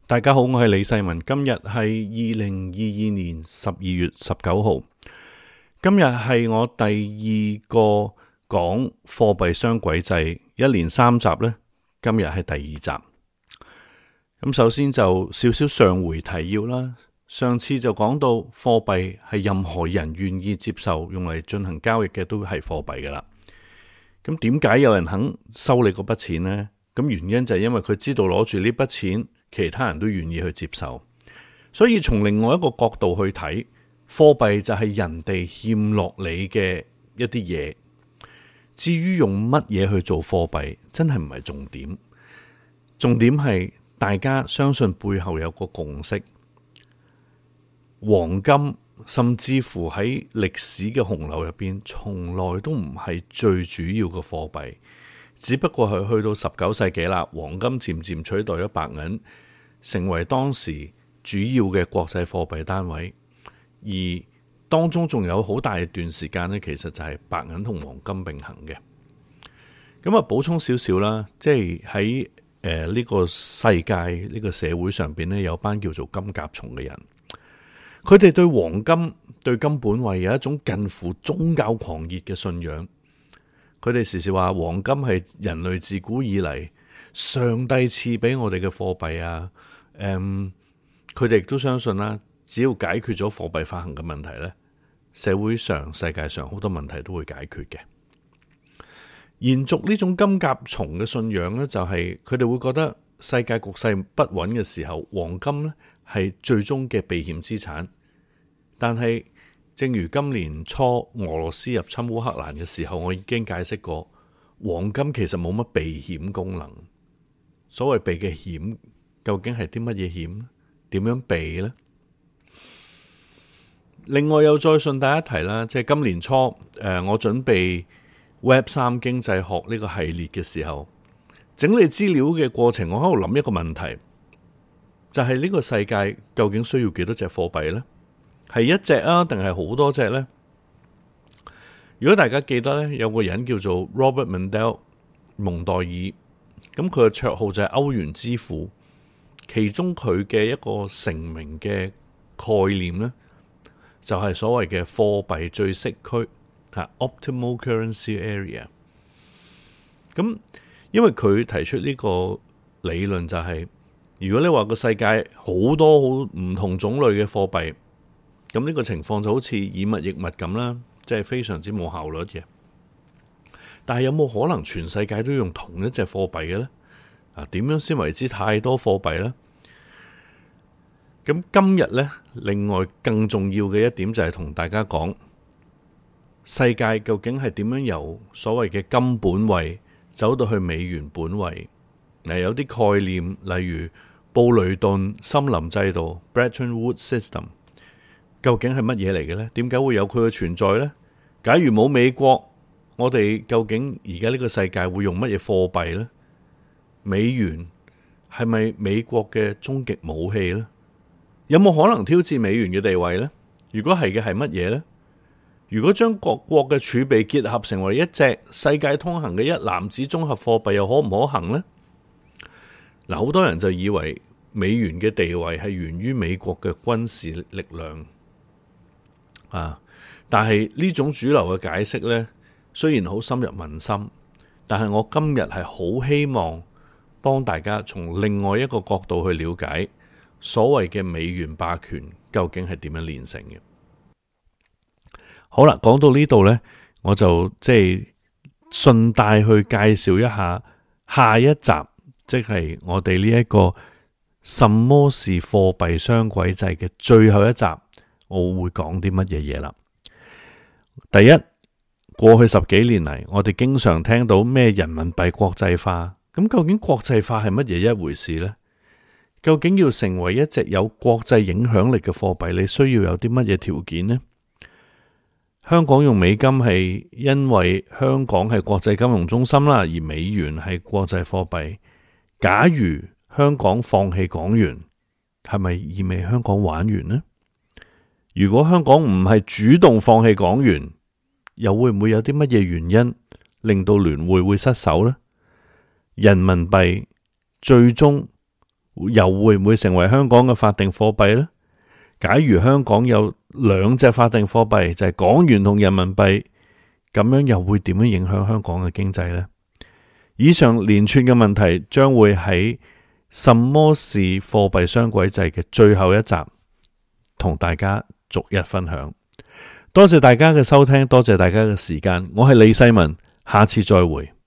大家好，我係李世民。今日係2022年12月19號。今日係我第二個講貨幣雙軌制，一連3集呢，今日係第2集。咁首先就少少上回提要啦。上次就講到貨幣係任何人願意接受用嚟進行交易嘅都係貨幣噶啦。咁點解有人肯收你嗰筆錢呢？咁原因就係因為佢知道攞住呢筆錢，其他人都願意去接受。所以從另外一個角度去睇，貨幣就係人哋欠落你嘅一啲嘢。至於用乜嘢去做貨幣，真係唔係重點。重點係大家相信背後有個共識。黃金甚至乎喺歷史嘅洪流入邊，從來都唔係最主要嘅貨幣，只不過係去到19世紀啦，黃金漸漸取代咗白銀，成為當時主要嘅國際貨幣單位。而當中仲有好大一段時間呢，其實就係白銀同黃金並行嘅。咁啊，補充少少啦，即係喺呢個世界呢個社會上邊呢，有班叫做金甲蟲嘅人。佢哋對黃金、對金本位有一種近乎宗教狂熱嘅信仰。佢哋時時話黃金係人類自古以嚟上帝賜俾我哋嘅貨幣啊。佢哋亦都相信啦，只要解決咗貨幣發行嘅問題呢，社會上、世界上好多問題都會解決嘅。延續呢種金甲蟲嘅信仰呢，就係佢哋會覺得世界局勢不穩嘅時候，黃金呢係最終嘅避險資產。但係正如今年初俄羅斯入侵烏克蘭嘅時候，我已經解釋過，黃金其實冇乜避險功能。所謂避嘅險究竟係啲乜嘢險？點樣避呢？另外又再順帶一提啦，即係今年初我準備 Web3 經濟學呢個系列嘅時候，整理資料嘅過程，我喺度諗一個問題，就係呢個世界究竟需要幾多隻貨幣呢？係一隻啊，定係好多隻呢？如果大家記得呢，有個人叫做 Robert Mundell 蒙代爾，咁佢嘅綽號就係歐元之父。其中佢嘅一個成名嘅概念呢，就係所謂嘅貨幣最適區，Optimal Currency Area。咁因為佢提出呢個理論就係，如果你話個世界好多好唔同種類嘅貨幣，咁呢個情況就好似以物易物咁啦，即係非常之冇效率嘅。但係有冇可能全世界都用同一隻貨幣嘅呢？點樣先為之太多貨幣呢？咁今日呢，另外更重要嘅一點就係同大家講，世界究竟係點樣由所謂嘅金本位走到去美元本位？有啲概念，例如布雷頓森林制度 （Bretton Woods System），究竟係乜嘢嚟嘅呢？點解會有佢嘅存在呢？假如冇美國，我哋究竟而家呢個世界會用乜嘢貨幣呢？美元係咪美國嘅終極武器呢？有冇可能挑戰美元嘅地位呢？如果係嘅，係乜嘢呢？如果將各國嘅儲備結合成為一隻世界通行嘅一籃子綜合貨幣，又可唔可行呢？好多人就以為美元嘅地位係源於美國嘅軍事力量但係呢種主流嘅解釋呢，雖然好深入民心，但係我今日係好希望幫大家從另外一個角度去了解所謂嘅美元霸權究竟係點樣煉成嘅。好啦，講到呢度呢，我就即係順帶去介紹一下下一集，即係我哋呢一個什麼是貨幣雙軌制嘅最後一集，我會講啲乜嘢嘢啦。第一，過去10幾年嚟，我哋經常聽到咩人民幣國際化，咁究竟國際化係乜嘢一回事呢？究竟要成為一隻有國際影響力嘅貨幣，你需要有啲乜嘢條件呢？香港用美金係因為香港係國際金融中心啦，而美元係國際貨幣。假如香港放棄港元，係咪意味香港玩完呢？如果香港唔係主動放棄港元，又會唔會有啲乜嘢原因令到聯匯會失手呢？人民幣最終又會唔會成為香港嘅法定貨幣呢？假如香港有兩隻法定貨幣，就係港元同人民幣，咁樣又會點樣影響香港嘅經濟呢？以上連串嘅問題將會喺什麼是貨幣雙軌制嘅最後一集同大家逐一分享。多謝大家嘅收聽，多謝大家嘅時間，我係李世民，下次再會。